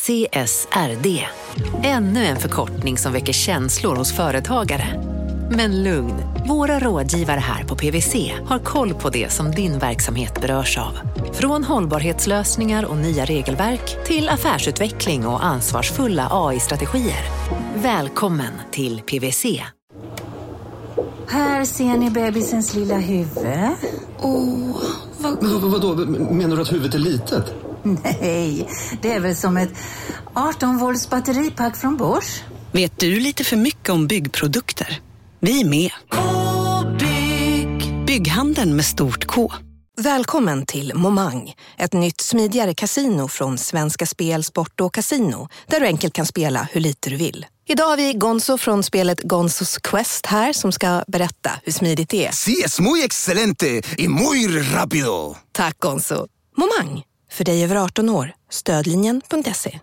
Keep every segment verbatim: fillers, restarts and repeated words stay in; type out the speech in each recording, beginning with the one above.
C S R D. Ännu en förkortning som väcker känslor hos företagare. Men lugn, våra rådgivare här på P W C har koll på det som din verksamhet berörs av. Från hållbarhetslösningar och nya regelverk till affärsutveckling och ansvarsfulla A I-strategier. Välkommen till P W C. Här ser ni bebisens lilla huvud. Åh, vad... Men vad, vadå? Menar du att huvudet är litet? Nej, det är väl som ett arton volts batteripack från Bosch. Vet du lite för mycket om byggprodukter? Vi är med. K-bygg. Bygghandeln med stort K. Välkommen till Momang, ett nytt smidigare kasino från Svenska Spel, Sport och Casino, där du enkelt kan spela hur lite du vill. Idag har vi Gonzo från spelet Gonzos Quest här som ska berätta hur smidigt det är. Sí, es muy excelente y muy rápido. Tack Gonzo. Momang, för dig över arton år. Stödlinjen punkt se.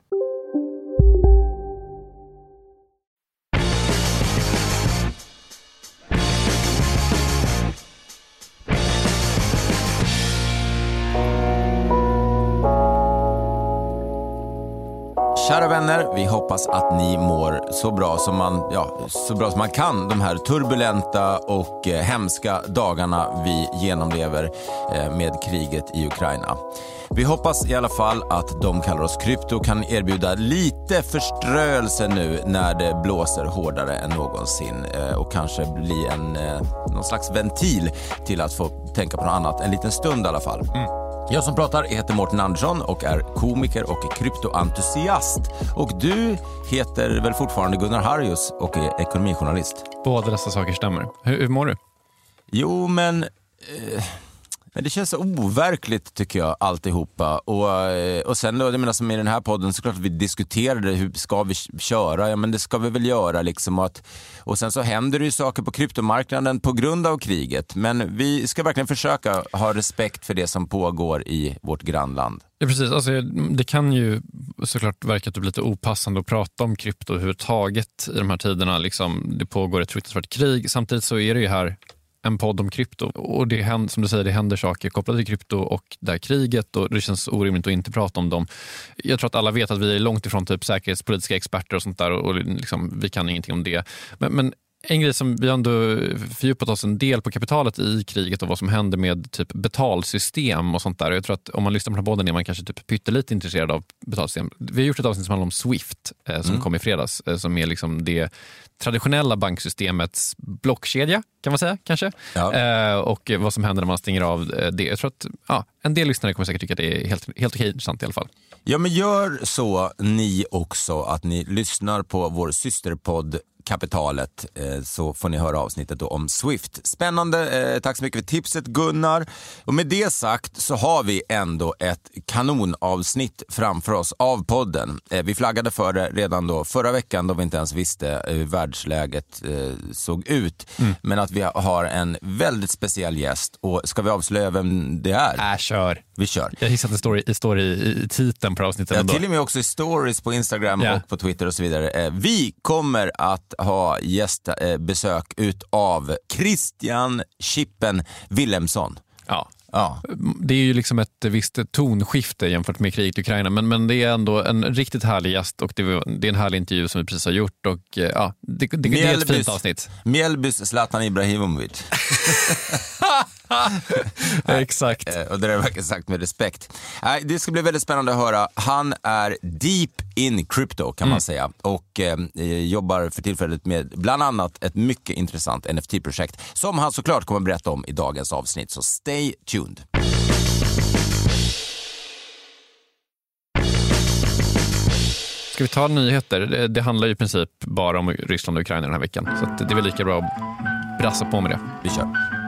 Kära vänner, vi hoppas att ni mår så bra som man, ja, så bra som man kan de här turbulenta och eh, hemska dagarna vi genomlever eh, med kriget i Ukraina. Vi hoppas i alla fall att de kallar oss krypto kan erbjuda lite förströelse nu när det blåser hårdare än någonsin eh, och kanske bli en eh, någon slags ventil till att få tänka på något annat en liten stund i alla fall. Mm. Jag som pratar heter Mårten Andersson och är komiker och kryptoentusiast. Och du heter väl fortfarande Gunnar Harrius och är ekonomijournalist. Båda dessa saker stämmer. Hur, hur mår du? Jo, men... Eh... Men det känns så overkligt tycker jag alltihopa och, och sen då, jag menar som i den här podden så klart att vi diskuterade hur ska vi köra, ja men det ska vi väl göra liksom och, att, och sen så händer det ju saker på kryptomarknaden på grund av kriget, men vi ska verkligen försöka ha respekt för det som pågår i vårt grannland. Ja precis, alltså, det kan ju såklart verka att det blir lite opassande att prata om krypto överhuvudtaget i de här tiderna, liksom, det pågår ett fruktansvärt krig, samtidigt så är det ju här en podd om krypto och det händer, som du säger, det händer saker kopplade till krypto och det här kriget och det känns orimligt att inte prata om dem. Jag tror att alla vet att vi är långt ifrån typ säkerhetspolitiska experter och sånt där och, och liksom, vi kan ingenting om det. Men, men en grej som vi ändå fördjupat oss en del på kapitalet i kriget och vad som händer med typ betalsystem och sånt där. Jag tror att om man lyssnar på den här podden är man kanske typ pyttelite intresserad av betalsystem. Vi har gjort ett avsnitt som handlar om Swift eh, som mm. kom i fredags eh, som är liksom det traditionella banksystemets blockkedja kan man säga kanske. Ja. Eh, och vad som händer när man stänger av det. Jag tror att ja, en del lyssnare kommer säkert tycka att det är helt, helt okej intressant i alla fall. Ja, men gör så ni också att ni lyssnar på vår systerpodd Kapitalet, så får ni höra avsnittet då om Swift. Spännande, tack så mycket för tipset Gunnar. Och med det sagt så har vi ändå ett kanonavsnitt framför oss av podden. Vi flaggade för det redan då förra veckan då vi inte ens visste hur världsläget såg ut. Mm. Men att vi har en väldigt speciell gäst. Och ska vi avslöja vem det är? Äh, kör. Vi kör. Jag hissade story, i story i titeln på avsnittet. Ja, till och med också i stories på Instagram yeah. och på Twitter och så vidare. Vi kommer att ha gästbesök ut av Christian Chippen Wilhelmsson. Ja. Ja. Det är ju liksom ett visst tonskifte jämfört med kriget i Ukraina, men, men det är ändå en riktigt härlig gäst och det är, det är en härlig intervju som vi precis har gjort och ja, det, det, det är ett fint avsnitt. Mjällbys Zlatan Ibrahimovic. Exakt. Och det är verkligen sagt med respekt. Det ska bli väldigt spännande att höra. Han är deep in crypto kan man mm. säga och eh, jobbar för tillfället med bland annat ett mycket intressant N F T-projekt som han såklart kommer berätta om i dagens avsnitt. Så stay tuned. Ska vi ta nyheter? Det, det handlar ju i princip bara om Ryssland och Ukraina den här veckan. Så att det är väl lika bra att brassa på med det. Vi kör.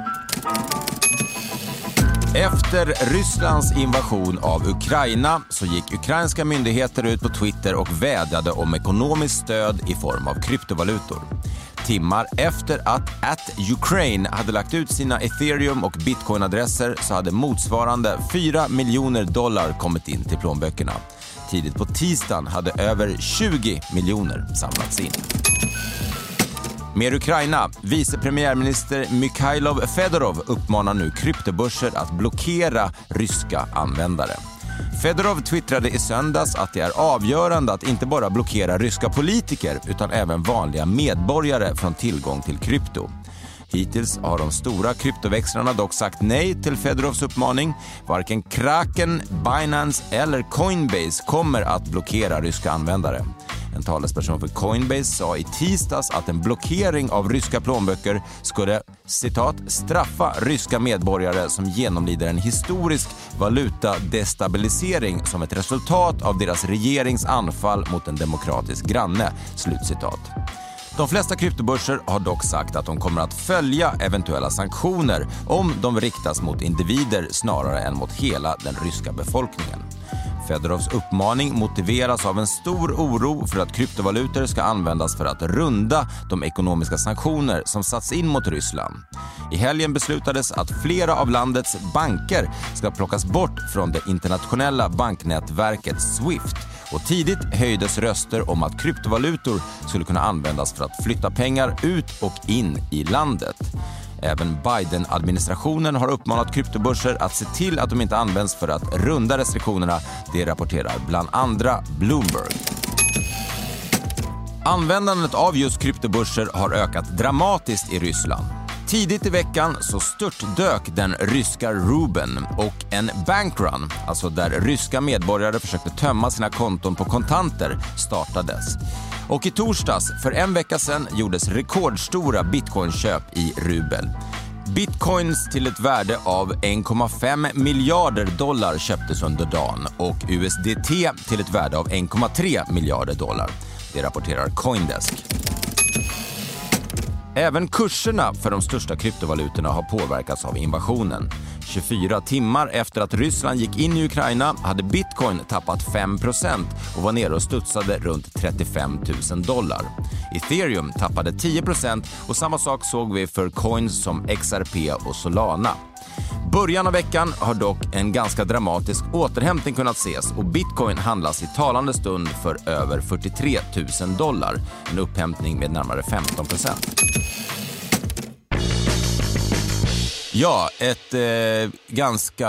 Efter Rysslands invasion av Ukraina så gick ukrainska myndigheter ut på Twitter och vädjade om ekonomiskt stöd i form av kryptovalutor. Timmar efter att at Ukraine hade lagt ut sina Ethereum och Bitcoin-adresser så hade motsvarande fyra miljoner dollar kommit in till plånböckerna. Tidigt på tisdagen hade över tjugo miljoner samlats in. Mer Ukraina. Vice premiärminister Mikhailo Fedorov uppmanar nu kryptobörser att blockera ryska användare. Fedorov twittrade i söndags att det är avgörande att inte bara blockera ryska politiker utan även vanliga medborgare från tillgång till krypto. Hittills har de stora kryptoväxlarna dock sagt nej till Fedorovs uppmaning. Varken Kraken, Binance eller Coinbase kommer att blockera ryska användare. En talesperson för Coinbase sa i tisdags att en blockering av ryska plånböcker skulle, citat, straffa ryska medborgare som genomlider en historisk valutadestabilisering som ett resultat av deras regerings anfall mot en demokratisk granne, slutcitat. De flesta kryptobörser har dock sagt att de kommer att följa eventuella sanktioner om de riktas mot individer snarare än mot hela den ryska befolkningen. Fedorovs uppmaning motiveras av en stor oro för att kryptovalutor ska användas för att runda de ekonomiska sanktioner som satts in mot Ryssland. I helgen beslutades att flera av landets banker ska plockas bort från det internationella banknätverket Swift. Och tidigt höjdes röster om att kryptovalutor skulle kunna användas för att flytta pengar ut och in i landet. Även Biden-administrationen har uppmanat kryptobörser att se till att de inte används för att runda restriktionerna, det rapporterar bland andra Bloomberg. Användandet av just kryptobörser har ökat dramatiskt i Ryssland. Tidigt i veckan så störtdök den ryska Ruben och en bankrun, alltså där ryska medborgare försökte tömma sina konton på kontanter, startades. Och i torsdags, för en vecka sedan, gjordes rekordstora bitcoinköp i rubel. Bitcoins till ett värde av en komma fem miljarder dollar köptes under dagen och U S D T till ett värde av en komma tre miljarder dollar. Det rapporterar Coindesk. Även kurserna för de största kryptovalutorna har påverkats av invasionen. tjugofyra timmar efter att Ryssland gick in i Ukraina hade bitcoin tappat fem procent och var nere och studsade runt trettiofem tusen dollar. Ethereum tappade tio procent och samma sak såg vi för coins som X R P och Solana. Början av veckan har dock en ganska dramatisk återhämtning kunnat ses och bitcoin handlas i talande stund för över fyrtiotre tusen dollar. En upphämtning med närmare femton procent. Ja, ett eh, ganska...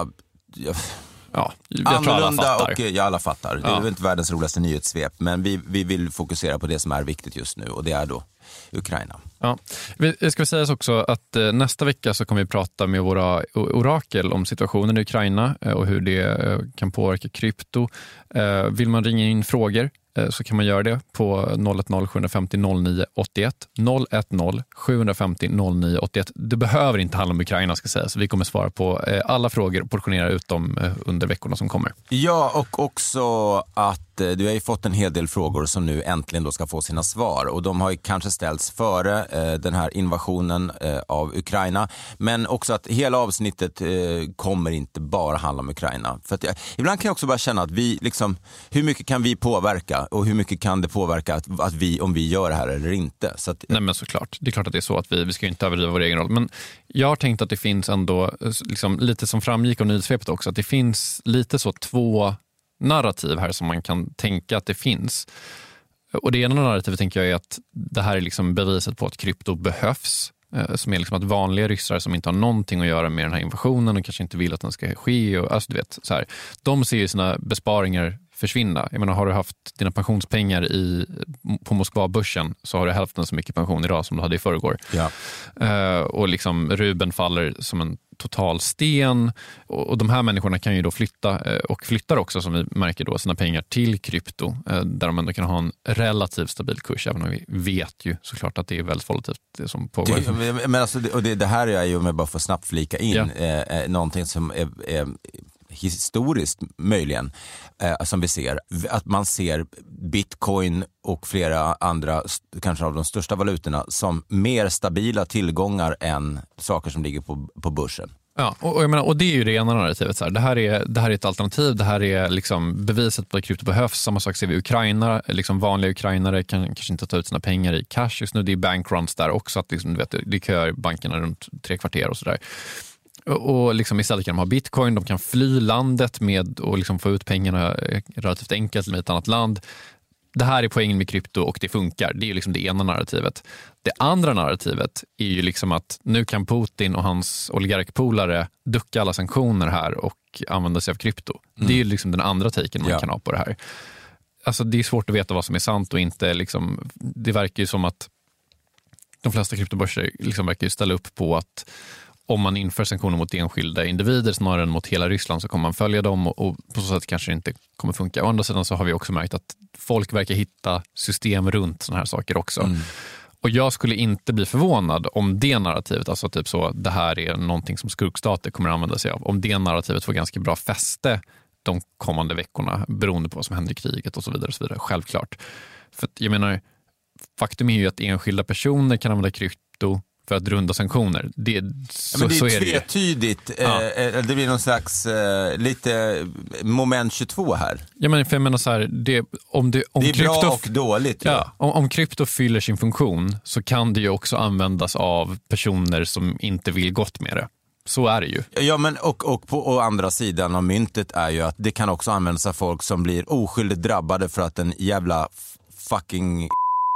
Ja, jag tror annorlunda alla fattar. Och ja, alla fattar. Ja. Det är inte världens roligaste nyhetssvep, men vi, vi vill fokusera på det som är viktigt just nu och det är då Ukraina. Ja. Det ska sägas också att eh, nästa vecka så kommer vi prata med våra orakel om situationen i Ukraina eh, och hur det eh, kan påverka krypto. Eh, vill man ringa in frågor eh, så kan man göra det på noll ett noll sju fem noll noll nio åtta ett noll ett noll sju fem noll nio åtta ett. Det behöver inte handla om Ukraina, ska säga, så vi kommer svara på eh, alla frågor och portionera ut dem eh, under veckorna som kommer. Ja, och också att eh, du har ju fått en hel del frågor som nu äntligen då ska få sina svar och de har ju kanske ställts före eh, den här invasionen eh, av Ukraina, men också att hela avsnittet eh, kommer inte bara handla om Ukraina. För att jag, ibland kan jag också bara känna att vi liksom, hur mycket kan vi påverka och hur mycket kan det påverka att, att vi, om vi gör det här eller inte. Så att, Nej, men såklart. Det är klart att det är så att vi, vi ska inte överdriva vår egen roll, men jag har tänkt att det finns ändå liksom, lite som framgick av nyhetssvepet också, att det finns lite så två narrativ här som man kan tänka att det finns. Och det ena narrativet tänker jag är att det här är liksom beviset på att krypto behövs, som är liksom att vanliga ryssar som inte har någonting att göra med den här invasionen och kanske inte vill att den ska ske och, alltså, du vet, så här, de ser ju sina besparingar försvinna. Jag menar, har du haft dina pensionspengar i, på Moskva-börsen så har du hälften så mycket pension idag som du hade i förrgår. Ja. Uh, och liksom Ruben faller som en total sten och, och de här människorna kan ju då flytta uh, och flyttar också, som vi märker då, sina pengar till krypto uh, där de ändå kan ha en relativt stabil kurs, även om vi vet ju såklart att det är väldigt volatilt det som pågår. Det, men alltså, och det, det här är ju, om jag bara får snabbt flika in, ja. eh, någonting som är, är historiskt möjligen eh, som vi ser, att man ser bitcoin och flera andra, kanske av de största valutorna, som mer stabila tillgångar än saker som ligger på, på börsen. Ja, och, och, jag menar, och det är ju det ena narrativet. Så här. Det, här är, det här är ett alternativ, det här är liksom beviset på att krypto behövs. Samma sak ser vi i Ukraina, liksom vanliga ukrainare kan kanske inte ta ut sina pengar i cash just nu. Det är bankruns där också, att liksom, du vet, det kör bankerna runt tre kvarter och sådär. Och liksom istället kan de ha bitcoin, de kan fly landet med och liksom få ut pengarna relativt enkelt med ett annat land. det här är poängen med krypto och det funkar. Det är ju liksom det ena narrativet. Det andra narrativet är ju liksom att nu kan Putin och hans oligarkpolare ducka alla sanktioner här och använda sig av krypto. Mm. Det är ju liksom den andra taken man ja. kan ha på det här. Alltså det är svårt att veta vad som är sant och inte. Liksom, det verkar ju som att de flesta kryptobörser liksom verkar ju ställa upp på att om man inför sanktioner mot enskilda individer snarare än mot hela Ryssland så kommer man följa dem och, och på så sätt kanske det inte kommer funka. Å andra sidan så har vi också märkt att folk verkar hitta system runt såna här saker också. Mm. Och jag skulle inte bli förvånad om det narrativet, alltså typ så det här är någonting som skurkstater kommer att använda sig av. Om det narrativet får ganska bra fäste de kommande veckorna beroende på vad som händer i kriget och så vidare. Och så vidare. Självklart. För att, jag menar, faktum är ju att enskilda personer kan använda krypto för att runda sanktioner. Det, så, ja, men det är så är tvetydigt. Det, ja. eh, det blir någon slags eh, lite moment tjugotvå här. Ja, men för jag menar så här, det, om det, om det är krypto, bra och dåligt. Ja. Ja, om, om krypto fyller sin funktion så kan det ju också användas av personer som inte vill gott med det. Så är det ju. Ja, men och, och på och andra sidan av myntet är ju att det kan också användas av folk som blir oskyldigt drabbade för att en jävla fucking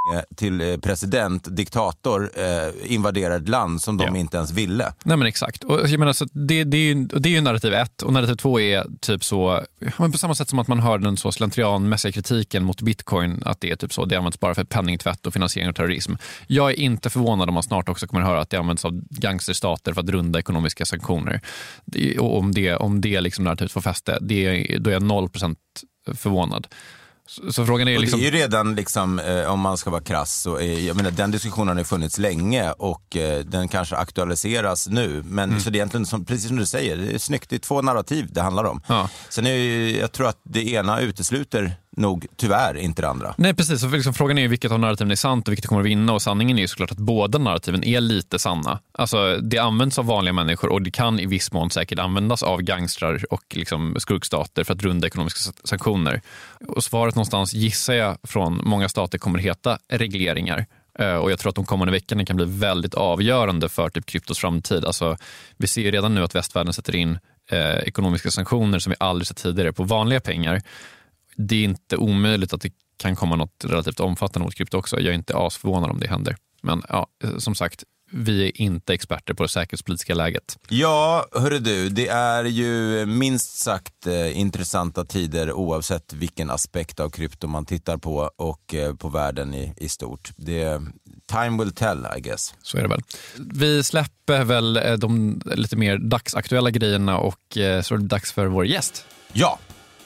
till president, diktator eh, invaderar ett land som de ja. inte ens ville. Nej men exakt. Och jag menar, så det, det, är ju, det är ju narrativ ett och narrativ två är typ så, men på samma sätt som att man hör den så slentrianmässiga kritiken mot bitcoin, att det är typ så, det används bara för penningtvätt och finansiering av terrorism. Jag är inte förvånad om man snart också kommer att höra att det används av gangsterstater för att runda ekonomiska sanktioner. Det, och om det, om det liksom narrativet får fäste, det, då är jag noll procent förvånad. Så, så frågan är, liksom... det är ju redan liksom, eh, om man ska vara krass så är, jag menar, den diskussionen har funnits länge och eh, den kanske aktualiseras nu, men mm. så det är egentligen som, precis som du säger, det är snyggt, det är två narrativ det handlar om. Ja. Sen är ju, jag tror att det ena utesluter nog tyvärr inte det andra. Nej precis, så liksom, frågan är ju vilket av narrativen är sant och vilket kommer att vinna, och sanningen är ju såklart att båda narrativen är lite sanna. Alltså det används av vanliga människor och det kan i viss mån säkert användas av gangstrar och liksom skurkstater för att runda ekonomiska sanktioner. Och svaret någonstans gissar jag från många stater kommer att heta regleringar. Och jag tror att de kommande veckorna kan bli väldigt avgörande för typ kryptos framtid. Alltså, vi ser ju redan nu att västvärlden sätter in eh, ekonomiska sanktioner som vi aldrig sett tidigare på vanliga pengar. Det är inte omöjligt att det kan komma något relativt omfattande mot krypto också. Jag är inte asförvånad om det händer. Men ja, som sagt, vi är inte experter på det säkerhetspolitiska läget. Ja, hörru du, det är ju minst sagt eh, intressanta tider oavsett vilken aspekt av krypto man tittar på och eh, på världen i, i stort. Det, time will tell, I guess. Så är det väl. Vi släpper väl de lite mer dagsaktuella grejerna och eh, så är det dags för vår gäst. Ja.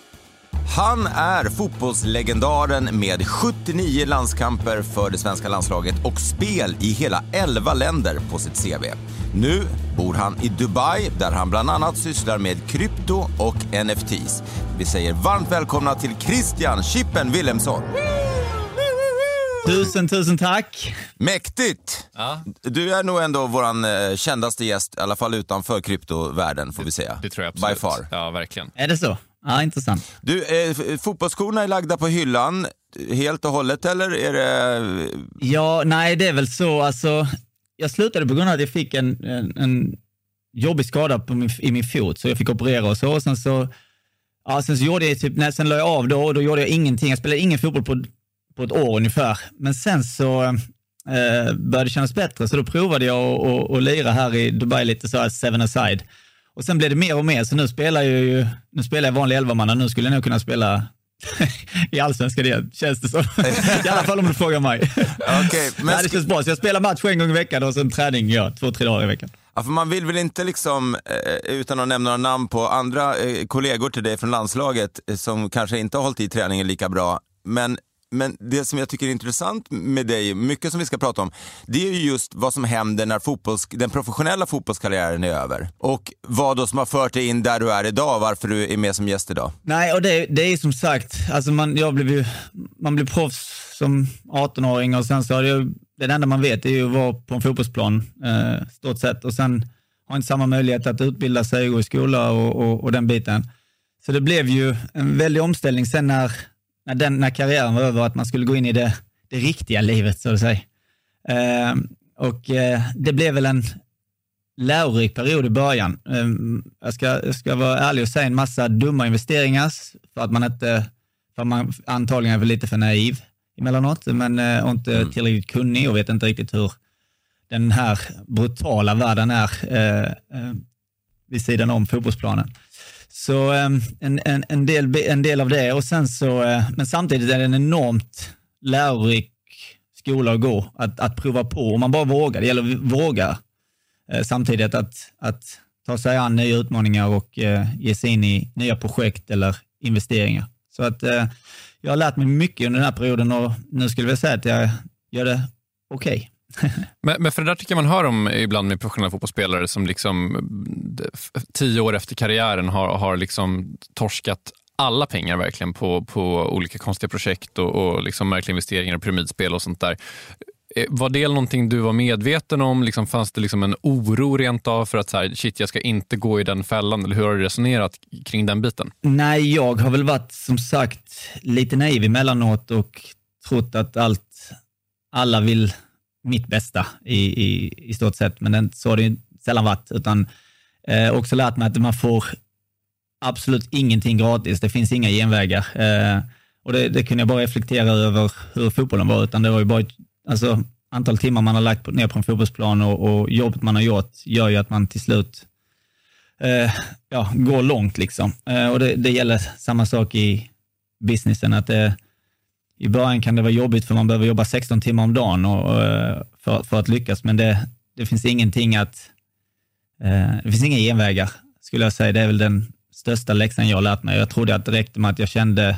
Han är fotbollslegendaren med sjuttionio landskamper för det svenska landslaget och spel i hela elva länder på sitt C V. Nu bor han i Dubai där han bland annat sysslar med krypto och N F Ts. Vi säger varmt välkomna till Christian Chippen Wilhelmsson. Tusen, tusen tack. Mäktigt. Ja. Du är nog ändå våran eh, kändaste gäst, i alla fall utanför kryptovärlden får vi säga. Det tror jag absolut. By far. Ja, verkligen. Är det så? Ja, intressant. Du, eh, fotbollsskorna är lagda på hyllan helt och hållet, eller är det... Ja, nej, det är väl så. Alltså, jag slutade på grund av att jag fick en, en, en jobbig skada på min, i min fot, så jag fick operera och så. Och sen så, ja, sen så gjorde jag typ, när sen la jag av då, och då gjorde jag ingenting. Jag spelade ingen fotboll på, på ett år ungefär. Men sen så eh, började det kännas bättre, så då provade jag att, att lira här i Dubai lite så här seven aside. Och sen blev det mer och mer, så nu spelar jag ju nu spelar jag vanlig elvamanna. Nu skulle jag nog kunna spela i allsvenska, det känns det så. I alla fall om du frågar mig. Okay, men nej, det känns bra, så jag spelar match en gång i veckan och sen träning, ja, två, tre dagar i veckan. Ja, för man vill väl inte liksom, utan att nämna några namn på andra kollegor till dig från landslaget som kanske inte har hållit i träningen lika bra, men Men det som jag tycker är intressant med dig, mycket som vi ska prata om, det är ju just vad som händer när fotbolls, den professionella fotbollskarriären är över. Och vad då som har fört dig in där du är idag, varför du är med som gäst idag. Nej, och det, det är som sagt, alltså man, jag blev ju, man blev proffs som arton-åring och sen så är det ju, det enda man vet är ju att vara på en fotbollsplan, eh, stort sett. Och sen har inte samma möjlighet att utbilda sig och gå i skola och, och, och den biten. Så det blev ju en väldig omställning sen när När, den, när karriären var över, att man skulle gå in i det, det riktiga livet, så att säga. Eh, och eh, det blev väl en lärorik period i början. Eh, jag, ska, jag ska vara ärlig och säga en massa dumma investeringar för att man inte för man antagligen är väl lite för naiv emellanåt, men eh, inte mm. tillräckligt kunnig och vet inte riktigt hur den här brutala världen är eh, eh, vid sidan om fotbollsplanen. Så eh, en, en, en, del, en del av det, och sen så, eh, men samtidigt är det en enormt lärorik skola att gå, att, att prova på, om man bara vågar, det gäller att våga eh, samtidigt att, att ta sig an nya utmaningar och eh, ge sig in i nya projekt eller investeringar. Så att eh, jag har lärt mig mycket under den här perioden och nu skulle jag säga att jag gör det okej. Okay. men, men för det där tycker jag man hör om ibland med professionella fotbollsspelare som liksom tio år efter karriären har, har liksom torskat alla pengar verkligen på, på olika konstiga projekt och, och liksom märkliga investeringar och pyramidspel och sånt där. Var det någonting du var medveten om? Liksom, fanns det liksom en oro rent av för att så här, shit, jag ska inte gå i den fällan? Eller hur har du resonerat kring den biten? Nej, jag har väl varit som sagt lite naiv emellanåt och trott att allt, alla vill mitt bästa i, i, i stort sett. Men så har det ju sällan varit. Utan eh, också lärt mig att man får absolut ingenting gratis. Det finns inga genvägar. Eh, och det, det kunde jag bara reflektera över hur fotbollen var. Utan det var ju bara alltså, antal timmar man har lagt ner på en fotbollsplan och, och jobbet man har gjort gör ju att man till slut eh, ja, går långt. Liksom. Eh, och det, det gäller samma sak i businessen. Att det, i början kan det vara jobbigt för man behöver jobba sexton timmar om dagen och, och, för, för att lyckas. Men det, det finns ingenting att eh, det finns inga genvägar skulle jag säga. Det är väl den största läxan jag har lärt mig. Jag trodde att det räckte med att jag kände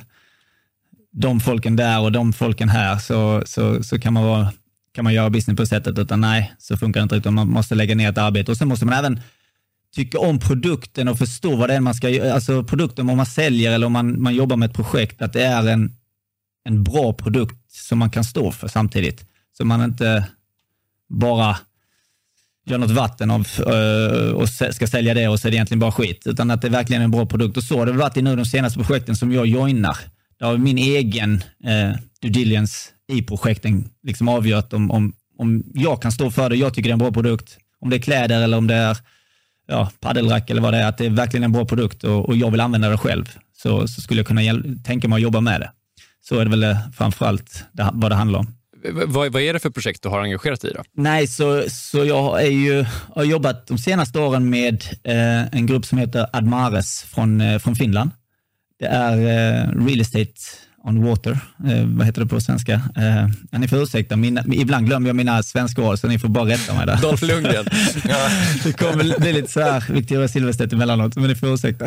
de folken där och de folken här så, så, så kan, man vara, kan man göra business på sättet. Utan nej, så funkar det inte riktigt. Man måste lägga ner ett arbete. Och sen måste man även tycka om produkten och förstå vad det är man ska göra. Alltså produkten, om man säljer eller om man, man jobbar med ett projekt, att det är en, en bra produkt som man kan stå för samtidigt. Så man inte bara gör något vatten av, och ska sälja det och så är det egentligen bara skit. Utan att det är verkligen en bra produkt. Och så har det varit i nu de senaste projekten som jag joinar. Där har min egen eh, due diligence i projekten liksom avgjort om, om, om jag kan stå för det. Jag tycker det är en bra produkt. Om det är kläder eller om det är ja, paddelrack eller vad det är. Att det är verkligen en bra produkt och, och jag vill använda det själv. Så, så skulle jag kunna hjäl- tänka mig att jobba med det. Så är det väl framförallt det, vad det handlar om. Vad, vad är det för projekt du har engagerat i då? Nej, så, så jag är ju, har jobbat de senaste åren med eh, en grupp som heter Admares från, eh, från Finland. Det är eh, Real Estate on Water. Eh, vad heter det på svenska? Eh, ni får ursäkta, mina, ibland glömmer jag mina svenska ord så ni får bara rätta mig där. Dolph Lundgren. Ja. Det kommer bli lite så här Victoria Silvstedt emellanåt, men ni får ursäkta.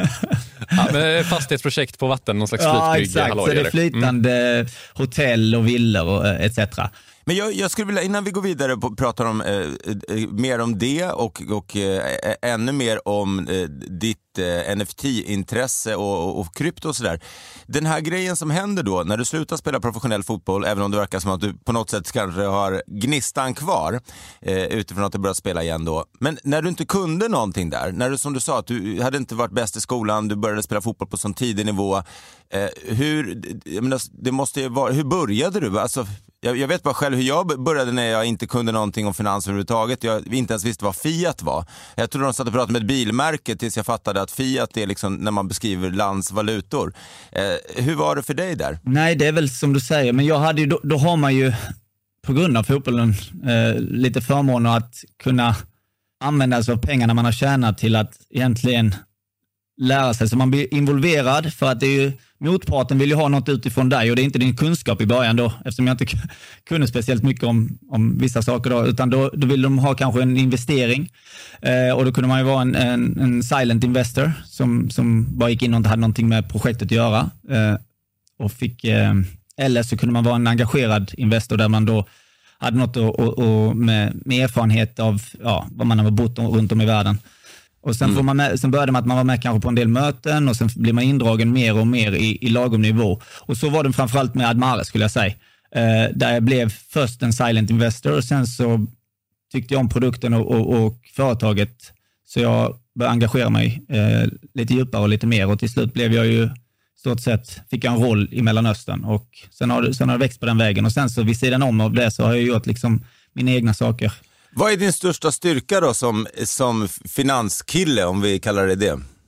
Ja, men fastighetsprojekt på vatten, någon slags ja, flytbygge. Exakt, hallå, så det är flytande mm. hotell och villor och et cetera. Men jag, jag skulle vilja, innan vi går vidare och pratar om, eh, eh, mer om det och, och eh, ännu mer om eh, ditt eh, N F T-intresse och, och, och krypto och sådär. Den här grejen som händer då när du slutar spela professionell fotboll, även om det verkar som att du på något sätt kanske har gnistan kvar eh, utifrån att du börjat spela igen då. Men när du inte kunde någonting där, när du som du sa att du hade inte varit bäst i skolan, du började spela fotboll på sån tidig nivå. Eh, hur, jag menar, det måste ju vara, hur började du? Alltså, jag, jag vet bara själv hur jag började när jag inte kunde någonting om finans överhuvudtaget. Jag inte ens visste vad Fiat var. Jag trodde de satt och pratade med ett bilmärke tills jag fattade att Fiat är liksom när man beskriver landsvalutor. Eh, hur var det för dig där? Nej, det är väl som du säger, men jag hade ju, då, då har man ju på grund av fotbollen eh, lite förmåner att kunna använda sig av pengarna man har tjänat till att egentligen lära sig. Så man blir involverad för att det är ju, motparten vill ju ha något utifrån dig och det är inte din kunskap i början då, eftersom jag inte kunde speciellt mycket om, om vissa saker då, utan då, då vill de ha kanske en investering eh, och då kunde man ju vara en, en, en silent investor som, som bara gick in och inte hade någonting med projektet att göra eh, och fick, eh, eller så kunde man vara en engagerad investor där man då hade något och, och, och med, med erfarenhet av ja, vad man har bott runt om i världen. Och sen, får man med, sen började man att man var med kanske på en del möten och sen blir man indragen mer och mer i, i lagom nivå. Och så var det framförallt med Admare skulle jag säga. Eh, där jag blev först en silent investor och sen så tyckte jag om produkten och, och, och företaget. Så jag började engagera mig eh, lite djupare och lite mer och till slut blev jag ju stort sett, fick jag en roll i Mellanöstern och sen har, sen har det växt på den vägen och sen så vid sidan om av det så har jag gjort liksom mina egna saker. Vad är din största styrka då som, som finanskille, om vi kallar det det?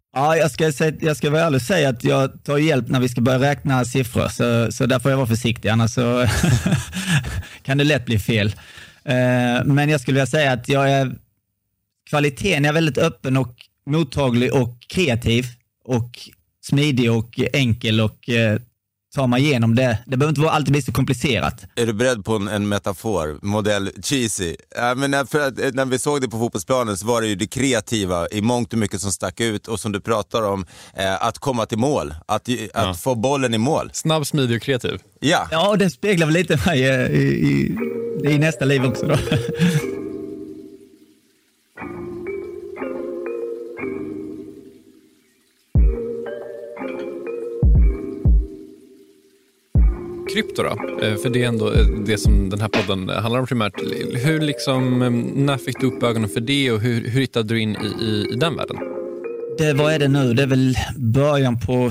Ja, jag ska, säga, jag ska vara ärlig och säga att jag tar hjälp när vi ska börja räkna siffror. Så, så där får jag vara försiktig, annars så kan det lätt bli fel. Uh, men jag skulle vilja säga att jag är kvaliteten är väldigt öppen och mottaglig och kreativ och smidig och enkel och uh, tar man igenom det. Det behöver inte vara alltid bli så komplicerat. Är du beredd på en, en metafor? Modell cheesy. Äh, men när, för att, när vi såg det på fotbollsplanen så var det ju det kreativa i mångt och mycket som stack ut och som du pratar om, eh, att komma till mål. Att, att ja. få bollen i mål. Snabb, smidig och kreativ. Ja, ja och det speglar väl lite mig i, i, i nästa liv också då. Krypto då? För det är ändå det som den här podden handlar om primärt. Hur liksom, när fick du upp ögonen för det och hur, hur hittade du in i, i, i den världen? Det, vad är det nu? Det är väl början på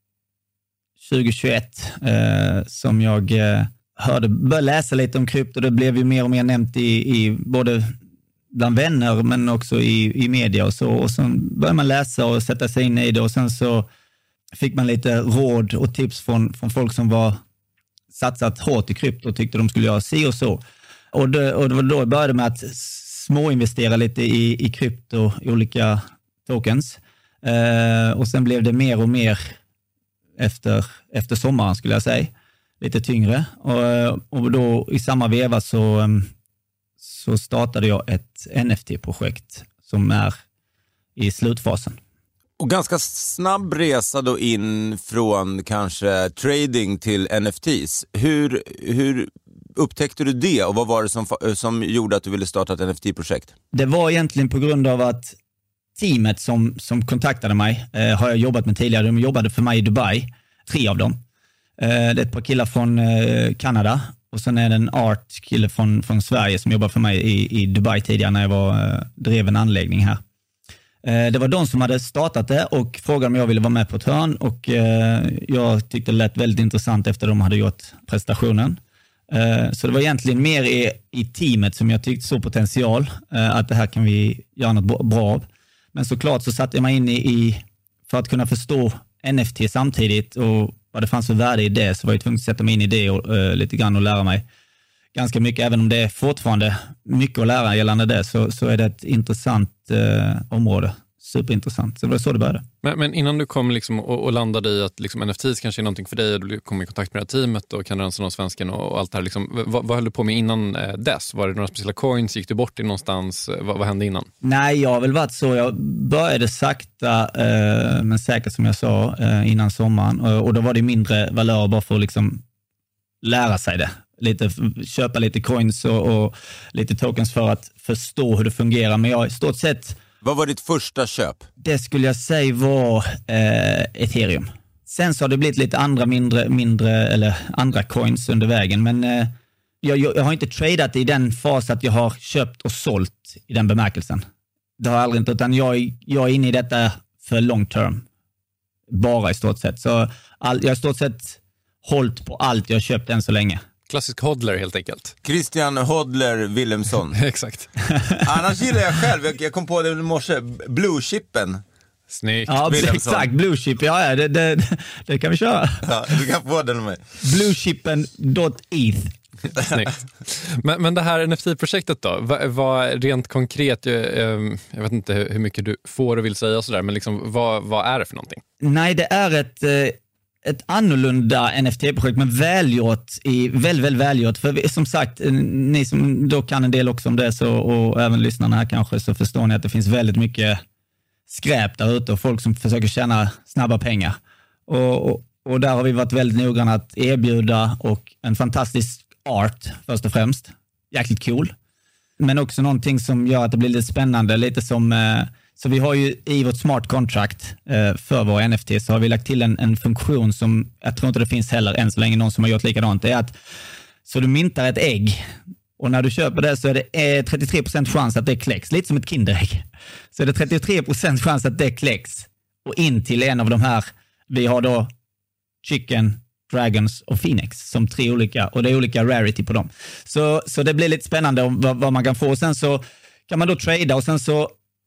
tjugohundratjugoett eh, som jag eh, hörde, började läsa lite om krypto. Det blev ju mer och mer nämnt i, i både bland vänner men också i, i media och så. Och sen började man läsa och sätta sig in i det och sen så fick man lite råd och tips från, från folk som var satsat hårt i krypto och tyckte de skulle göra si och så. Och det, och det var då jag började med att småinvestera lite i, i krypto, i olika tokens. Eh, och sen blev det mer och mer efter, efter sommaren skulle jag säga. Lite tyngre. Och, och då i samma veva så, så startade jag ett N F T-projekt som är i slutfasen. Och ganska snabb resa då in från kanske trading till N F Ts. Hur, hur upptäckte du det och vad var det som, som gjorde att du ville starta ett N F T-projekt? Det var egentligen på grund av att teamet som, som kontaktade mig eh, har jag jobbat med tidigare. De jobbade för mig i Dubai, tre av dem. Eh, det är ett par killar från eh, Kanada och sen är det en art-kille från, från Sverige som jobbar för mig i, i Dubai tidigare när jag var, eh, drev en anläggning här. Det var de som hade startat det och frågade om jag ville vara med på ett hörn och jag tyckte det lät väldigt intressant efter de hade gjort prestationen. Så det var egentligen mer i, i teamet som jag tyckte så potential att det här kan vi göra något bra av. Men såklart så satte jag mig in i, i för att kunna förstå N F T samtidigt och vad det fanns för värde i det så var jag tvungen att sätta mig in i det och, lite grann och lära mig ganska mycket, även om det är fortfarande mycket att lära gällande det så, så är det ett intressant eh, område. Superintressant. Så det var så det började. Men, men innan du kom liksom och, och landade i att liksom N F Ts kanske är någonting för dig och du kom i kontakt med det här teamet och kanadensarna och svensken och, och allt det här. Liksom, vad, vad höll du på med innan eh, dess? Var det några speciella coins? Gick du bort i någonstans? Vad, vad hände innan? Nej, jag har väl varit så. Jag började sakta eh, men säkert som jag sa eh, innan sommaren och, och då var det mindre valör bara för att liksom lära sig det. Lite, köpa lite coins och, och lite tokens för att förstå hur det fungerar. Men jag i stort sett... Vad var ditt första köp? Det skulle jag säga var eh, Ethereum. Sen så har det blivit lite andra mindre, mindre eller andra coins under vägen. Men eh, jag, jag har inte tradat i den fas att jag har köpt och sålt i den bemärkelsen. Det har jag aldrig inte, utan jag, jag är inne i detta för long term. Bara i stort sett. Så all, jag har i stort sett hållit på allt jag har köpt än så länge. Klassisk hodler helt enkelt. Christian Hodler Wilhelmsson. Exakt. Annars gillar jag själv, jag, jag kom på det i morse, Blue Chippen. Snyggt. Ja, Wilhelmsson. Exakt, Blue Chip, ja det, det, det kan vi köra. Ja, du kan få den med. Bluechippen dot e t h. Snyggt. Men, men det här N F T-projektet då, vad, vad rent konkret, jag, jag vet inte hur mycket du får och vill säga och sådär, men liksom, vad, vad är det för någonting? Nej, det är ett... ett annorlunda N F T-projekt men välgjort, i, väldigt, väldigt välgjort. För vi, som sagt, ni som då kan en del också om det så, och även lyssnarna här kanske, så förstår ni att det finns väldigt mycket skräp där ute och folk som försöker tjäna snabba pengar. Och, och, och där har vi varit väldigt noggranna att erbjuda och en fantastisk art först och främst. Jäkligt cool. Men också någonting som gör att det blir lite spännande, lite som... Eh, Så vi har ju i vårt smart contract eh, för våra N F T så har vi lagt till en, en funktion som jag tror inte det finns heller än så länge någon som har gjort likadant. Det är att så du myntar ett ägg och när du köper det så är det eh, trettiotre procent chans att det kläcks. Lite som ett kinderägg. Så är det trettiotre procent chans att det kläcks och in till en av de här. Vi har då Chicken, Dragons och Phoenix som tre olika och det är olika rarity på dem. Så, så det blir lite spännande om vad, vad man kan få. Och sen så kan man då trada och sen så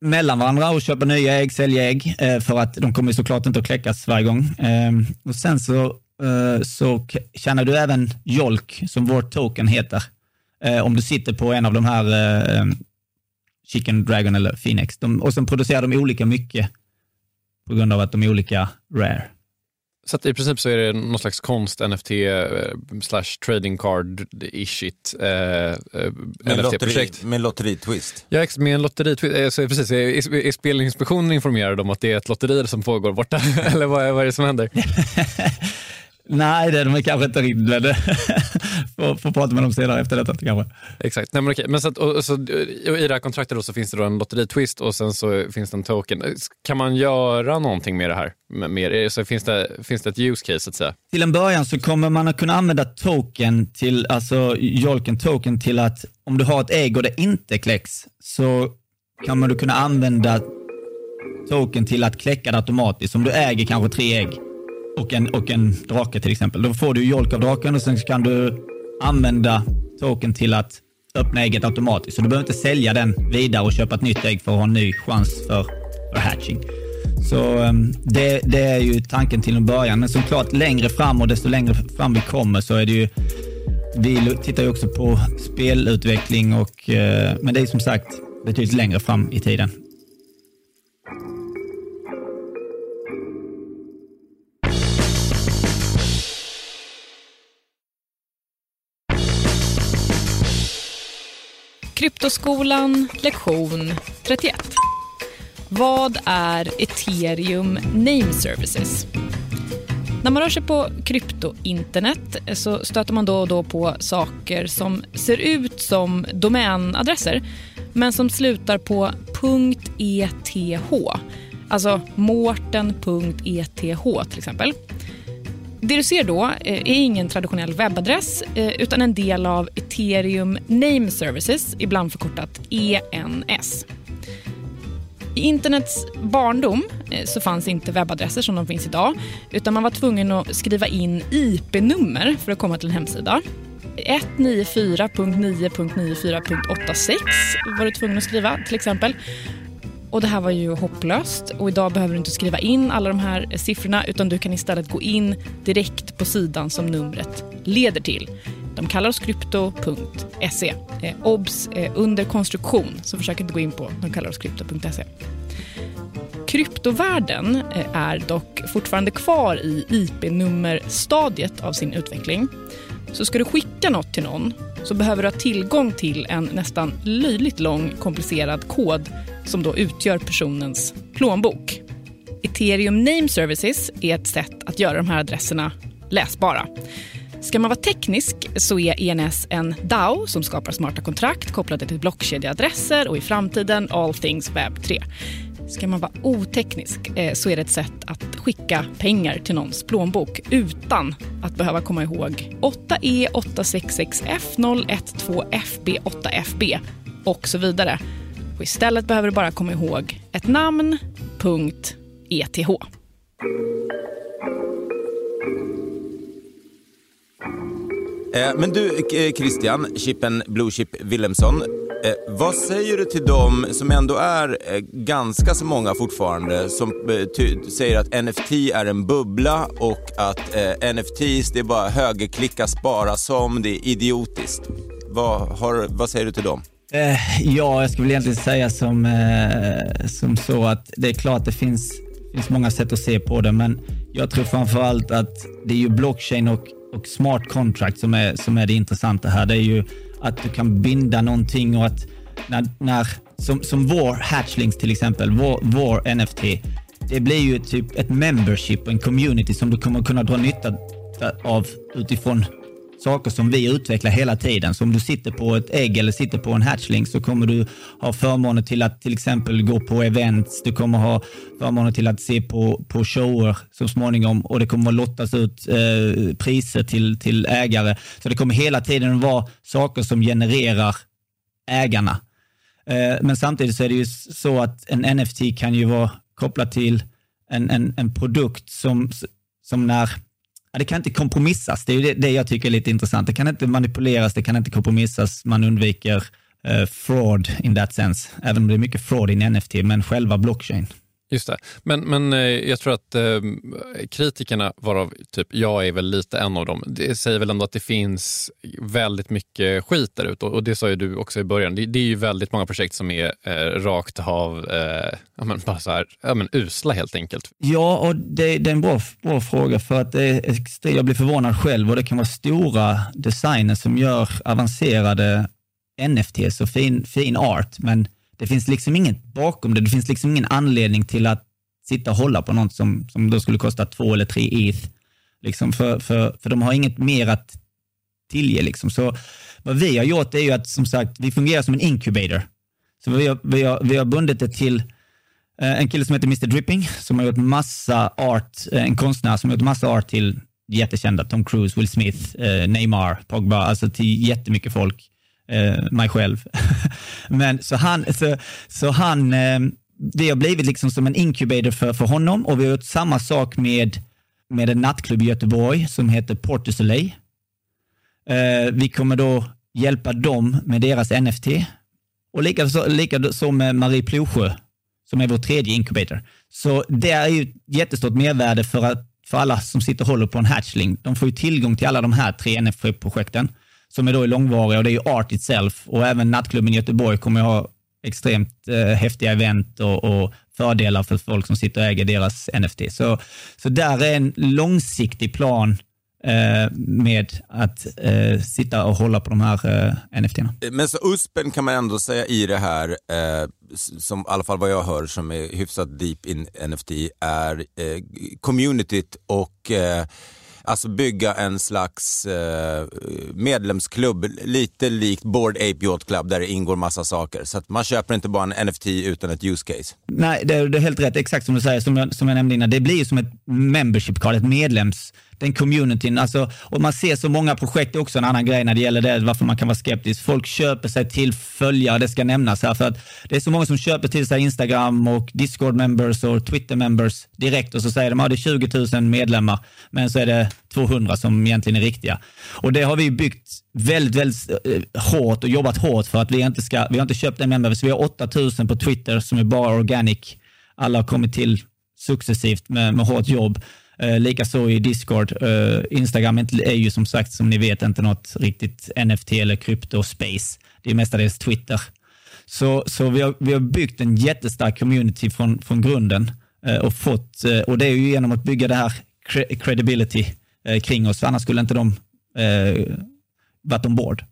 mellan varandra och köpa nya ägg, sälja ägg, eh, för att de kommer såklart inte att kläckas varje gång. Eh, och sen så, eh, så tjänar du även Jolk, som vår token heter, eh, om du sitter på en av de här eh, Chicken Dragon eller Phoenix. De, och sen producerar de olika mycket på grund av att de är olika rare. Så att i princip så är det någon slags konst N F T slash trading card-ishigt eh, N F T-projekt. Med lotteri-twist. Ja, med en lotteri-twist. Eh, så precis, är, är Spelinspektionen informerad om att det är ett lotteri som pågår borta? Eller vad är, vad är det som händer? Nej, det är de kanske inte riktigt. Får, får prata med dem senare efter detta kanske. Exakt. Nej, men okej. Men så, att, och, så i det här kontraktet då så finns det då en lotteri-twist och sen så finns det en token. Kan man göra någonting med det här? Mer? Så finns det, finns det ett use case att säga? Till en början så kommer man att kunna använda token till, alltså Jolken token till att om du har ett ägg och det inte kläcks så kan man då kunna använda token till att kläcka det automatiskt. Om du äger kanske tre ägg och en, och en drake till exempel. Då får du Jolk av draken och sen kan du använda token till att öppna ägget automatiskt. Så du behöver inte sälja den vidare och köpa ett nytt ägg för att ha en ny chans för, för hatching. Så um, det, det är ju tanken till en början. Men såklart längre fram och desto längre fram vi kommer så är det ju, vi tittar ju också på spelutveckling och, uh, men det är som sagt betydligt längre fram i tiden. Kryptoskolan, lektion trettioett. Vad är Ethereum Name Services? När man rör sig på kryptointernet så stöter man då och då på saker som ser ut som domänadresser men som slutar på .eth, alltså mårten punkt e t h till exempel. Det du ser då är ingen traditionell webbadress utan en del av Ethereum Name Services, ibland förkortat E N S. I internets barndom så fanns inte webbadresser som de finns idag, utan man var tvungen att skriva in I P-nummer för att komma till en hemsida. ett nio fyra punkt nio punkt nio fyra punkt åtta sex var du tvungen att skriva till exempel. Och det här var ju hopplöst och idag behöver du inte skriva in alla de här siffrorna utan du kan istället gå in direkt på sidan som numret leder till. De kallar oss krypto punkt se. Eh, obs eh, under konstruktion, så försök inte gå in på. De kallar oss krypto punkt se. Kryptovärlden eh, är dock fortfarande kvar i I P-nummerstadiet av sin utveckling. Så ska du skicka något till någon så behöver du ha tillgång till en nästan löjligt lång komplicerad kod som då utgör personens plånbok. Ethereum Name Services är ett sätt att göra de här adresserna läsbara. Ska man vara teknisk så är E N S en D A O som skapar smarta kontrakt kopplade till blockkedjeadresser och i framtiden all things webb tre. Ska man vara oteknisk så är det ett sätt att skicka pengar till någons plånbok utan att behöva komma ihåg åtta E åtta sex sex F noll ett två F B åtta F B och så vidare. Och istället behöver du bara komma ihåg ett namn, punkt, E T H. Men du Christian, Chippen Blue Chip Wilhelmsson, vad säger du till dem som ändå är ganska så många fortfarande som ty- säger att N F T är en bubbla och att eh, N F Ts det är bara högerklicka spara som, det är idiotiskt. Vad, har, vad säger du till dem? Eh, ja, jag skulle egentligen säga som, eh, som så att det är klart det finns, finns många sätt att se på det, men jag tror framförallt att det är ju blockchain och och smart contract som är, som är det intressanta här. Det är ju att du kan binda någonting och att när, när som, som vår hatchlings till exempel, vår, vår N F T, det blir ju typ ett membership och en community som du kommer kunna dra nytta av utifrån saker som vi utvecklar hela tiden. Så om du sitter på ett ägg eller sitter på en hatchling så kommer du ha förmåner till att till exempel gå på events. Du kommer ha förmåner till att se på, på shower så småningom och det kommer att lottas ut eh, priser till, till ägare. Så det kommer hela tiden vara saker som genererar ägarna. Eh, men samtidigt så är det ju så att en N F T kan ju vara kopplad till en, en, en produkt som, som när ja, det kan inte kompromissas. Det är ju det, det jag tycker är lite intressant. Det kan inte manipuleras, det kan inte kompromissas. Man undviker uh, fraud in that sense. Även om det är mycket fraud in N F T, men själva blockchain. Just det. Men, men jag tror att eh, kritikerna, varav typ jag är väl lite en av dem, det säger väl ändå att det finns väldigt mycket skit där ute. Och det sa ju du också i början. Det, det är ju väldigt många projekt som är eh, rakt av eh, ja, men bara så här, ja, men usla helt enkelt. Ja, och det, det är en bra, bra fråga för att det är, jag blir förvånad själv och det kan vara stora designer som gör avancerade N F Ts och fin, fin art, men det finns liksom inget bakom det. Det finns liksom ingen anledning till att sitta och hålla på något som, som då skulle kosta två eller tre E T H. Liksom för, för, för de har inget mer att tillge. Liksom. Så vad vi har gjort är ju att, som sagt, vi fungerar som en incubator. Så vi har, vi har, vi har bundit det till eh, en kille som heter mister Dripping som har gjort massa art, eh, en konstnär som har gjort massa art till jättekända Tom Cruise, Will Smith, eh, Neymar, Pogba, alltså till jättemycket folk. Uh, mig själv. Men så han, så, så han uh, vi har blivit liksom som en incubator för, för honom och vi har gjort samma sak med, med en nattklubb i Göteborg som heter Port du Soleil. Uh, vi kommer då hjälpa dem med deras N F T och lika så, lika så med Marie Plosjö som är vår tredje incubator. Så det är ju ett jättestort mervärde för, att, för alla som sitter och håller på en hatchling. De får ju tillgång till alla de här tre N F T-projekten som är då långvariga och det är ju art itself och även nattklubben i Göteborg kommer att ha extremt eh, häftiga event och, och fördelar för folk som sitter och äger deras N F T. Så, så där är en långsiktig plan eh, med att eh, sitta och hålla på de här eh, N F T-erna. Men så U S P:en kan man ändå säga i det här, eh, som i alla fall vad jag hör som är hyfsat deep in N F T, är eh, communityt och eh, alltså bygga en slags eh, medlemsklubb, lite likt Bored Ape Yacht Club där det ingår massa saker. Så att man köper inte bara en N F T utan ett use case. Nej, det är, det är helt rätt. Exakt som du säger, som jag, som jag nämnde innan. Det blir ju som ett membership card, ett medlems, den communityn. Alltså, och man ser så många projekt också, en annan grej när det gäller det, varför man kan vara skeptisk. Folk köper sig till följare, det ska nämnas här, för att det är så många som köper till sig Instagram och Discord members och Twitter members direkt och så säger de att ja, det är tjugo tusen medlemmar, men så är det tvåhundra som egentligen är riktiga. Och det har vi byggt väldigt, väldigt eh, hårt och jobbat hårt för att vi inte ska, vi har inte köpt en member, så vi har åtta tusen på Twitter som är bara organic. Alla har kommit till successivt med, med hårt jobb. Eh, Likaså i Discord. Eh, Instagram är ju som sagt, som ni vet, inte något riktigt N F T eller krypto-space. Det är mestadels Twitter. Så, så vi, har, vi har byggt en jättestark community från, från grunden eh, och fått, eh, och det är ju genom att bygga det här cre- credibility eh, kring oss. Annars skulle inte de eh, varit ombord.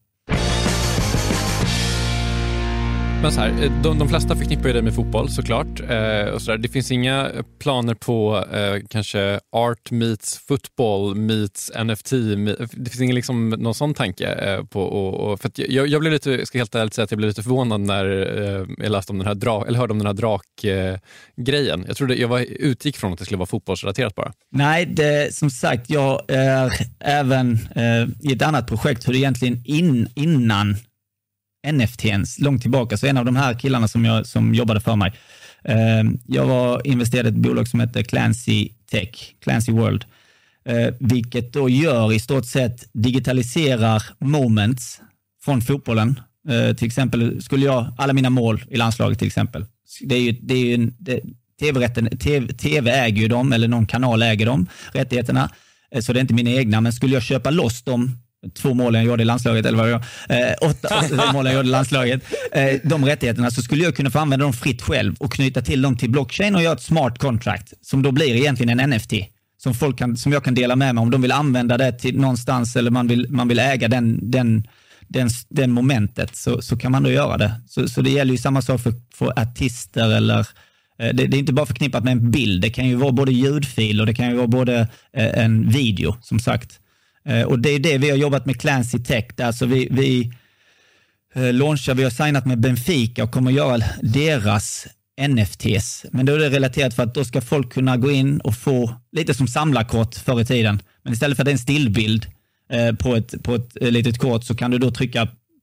Men så här, de, de flesta förknippar ju det med fotboll såklart. Eh, och så där. Det finns inga planer på eh, kanske art meets football meets N F T. Det finns ingen liksom, någon sån tanke eh, på. Och, och, för att jag, jag blev lite, ska helt ärligt säga att jag blev lite förvånad när eh, jag läste om den här drak, eller hörde om den här drakgrejen. Eh, jag trodde jag var utgick från att det skulle vara fotbollsrelaterat bara. Nej, det, som sagt, jag är även eh, i ett annat projekt hur det egentligen in, innan N F T:ns långt tillbaka. Så en av de här killarna som, jag, som jobbade för mig. Eh, jag var investerad i ett bolag som heter Clancy Tech, Clancy World. Eh, vilket då gör i stort sett digitaliserar moments från fotbollen. Eh, till exempel skulle jag, alla mina mål i landslaget till exempel. Det är ju, det är ju en, det, tv-rätten, TV, TV äger ju dem, eller någon kanal äger dem, rättigheterna. Eh, så det är inte mina egna, men skulle jag köpa loss dem, två mål jag gjorde i landslaget, eller vad det var, eh, åtta, åtta mål jag gjorde i landslaget, eh, de rättigheterna, så skulle jag kunna få använda dem fritt själv och knyta till dem till blockchain och göra ett smart contract som då blir egentligen en N F T som, folk kan, som jag kan dela med mig om de vill använda det till någonstans eller man vill, man vill äga den, den, den, den momentet, så, så kan man då göra det. Så, så det gäller ju samma sak för, för artister eller eh, det, det är inte bara förknippat med en bild, det kan ju vara både ljudfil och det kan ju vara både eh, en video som sagt. Uh, och det är det vi har jobbat med Clancy Tech. Alltså vi, vi uh, launchar, vi har signat med Benfica och kommer göra deras N F Ts. Men då är det relaterat för att då ska folk kunna gå in och få lite som samlarkort förr i tiden. Men istället för att det är en stillbild uh, på ett, på ett uh, litet kort så kan du då trycka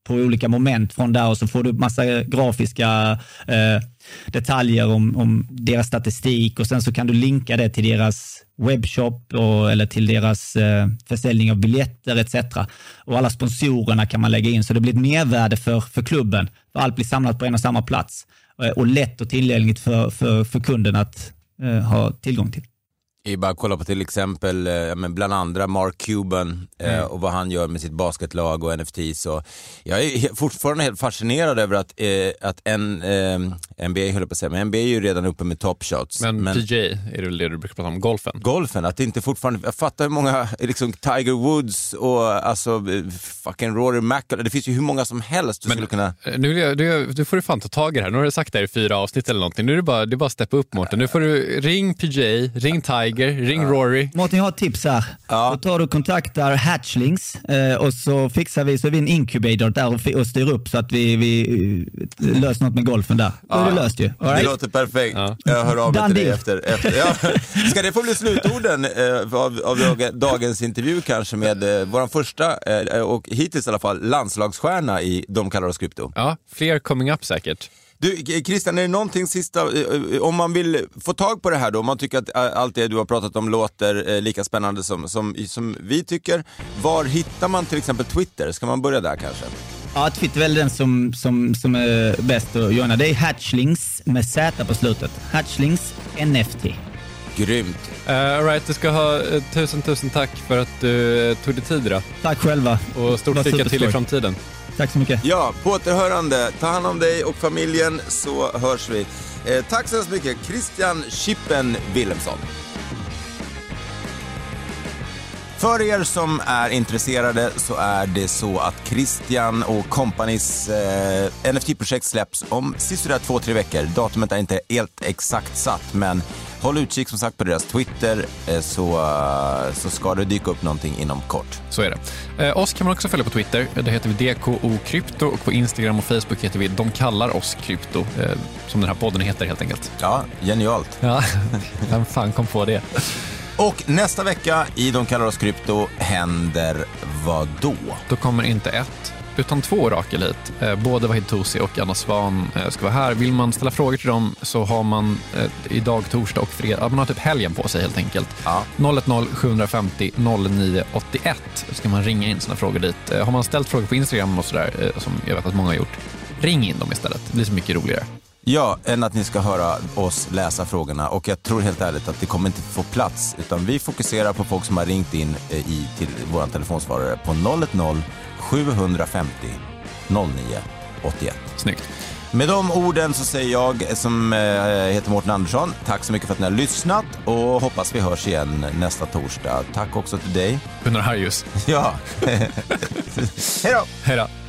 på olika moment från där och så får du massa grafiska eh, detaljer om, om deras statistik och sen så kan du linka det till deras webbshop och, eller till deras eh, försäljning av biljetter et cetera. Och alla sponsorerna kan man lägga in så det blir ett mervärde för, för klubben. För allt blir samlat på en och samma plats eh, och lätt och tillgängligt för, för, för kunden att eh, ha tillgång till. I bara kolla på till exempel eh, men bland andra Mark Cuban eh, mm. och vad han gör med sitt basketlag och N F T. Så jag är fortfarande helt fascinerad över att, eh, att en, eh, N B A höll på att säga, men N B A är ju redan uppe med top shots. Men, men P J är det väl det du brukar prata om, golfen? Golfen, att det inte fortfarande, jag fattar hur många, liksom Tiger Woods och alltså fucking Rory McIlroy, det finns ju hur många som helst du men, skulle kunna... Nu, vill jag, du, du får du fan ta tag i det här, nu har du sagt det här i fyra avsnitt eller någonting, nu är det bara, det är bara att steppa upp Mårten, nu får du ring P J, ring Tiger, ring ja. Rory. Mårten, jag har ett tips här. Ja. Då tar du kontaktar Hatchlings eh, och så fixar vi så vi en incubator där och, och styr upp så att vi, vi uh, löser något med golfen där. Då ja. är det löst ju. All right? Det låter perfekt. Ja. Jag hör av mig till dig efter. efter. Ja. Ska det få bli slutorden eh, av, av dagens intervju kanske med eh, vår första eh, och hittills i alla fall landslagsstjärna i De kallar oss krypto? Ja, fler coming up säkert. Du, Christian, är det någonting sista, om man vill få tag på det här då, om man tycker att allt det du har pratat om låter lika spännande som, som, som vi tycker, var hittar man till exempel Twitter? Ska man börja där kanske? Ja, Twitter är väl den som, som, som är bäst att joina. Det är Hatchlings med Z på slutet. Hatchlings N F T. Grymt. Uh, all right, du ska ha uh, tusen, tusen tack för att du uh, tog dig tid idag. Tack själva. Och stort lycka till i framtiden. Tack så mycket. Ja, på återhörande. Ta hand om dig och familjen så hörs vi. Eh, tack så mycket. Christian Chippen Wilhelmsson. För er som är intresserade så är det så att Christian och Companys eh, N F T-projekt släpps om sisådär två, tre veckor. Datumet är inte helt exakt satt, men håll utkik som sagt på deras Twitter eh, så, uh, så ska det dyka upp någonting inom kort. Så är det. Eh, oss kan man också följa på Twitter. Det heter vi D K O Krypto och på Instagram och Facebook heter vi De kallar oss krypto. Eh, som den här podden heter helt enkelt. Ja, genialt. Ja, vem fan kom på det? Och nästa vecka i De kallar oss krypto händer vad då? Då kommer inte ett utan två orakel hit. Eh, både Vahid Tosi och Anna Svan eh, ska vara här. Vill man ställa frågor till dem så har man eh, idag torsdag och fredag. Man har typ helgen på sig helt enkelt. Ja. noll ett noll sju fem noll noll nio åtta ett ska man ringa in sina frågor dit. Eh, har man ställt frågor på Instagram och sådär, eh, som jag vet att många har gjort, ring in dem istället. Det blir så mycket roligare. Ja, än att ni ska höra oss läsa frågorna. Och jag tror helt ärligt att det kommer inte få plats. Utan vi fokuserar på folk som har ringt in i, till vår telefonsvarare på noll ett noll sju fem noll noll nio åtta ett. Snyggt. Med de orden så säger jag som eh, heter Mårten Andersson, tack så mycket för att ni har lyssnat och hoppas vi hörs igen nästa torsdag. Tack också till dig. Gunnar Harjus. Ja. Hej då. Hej då.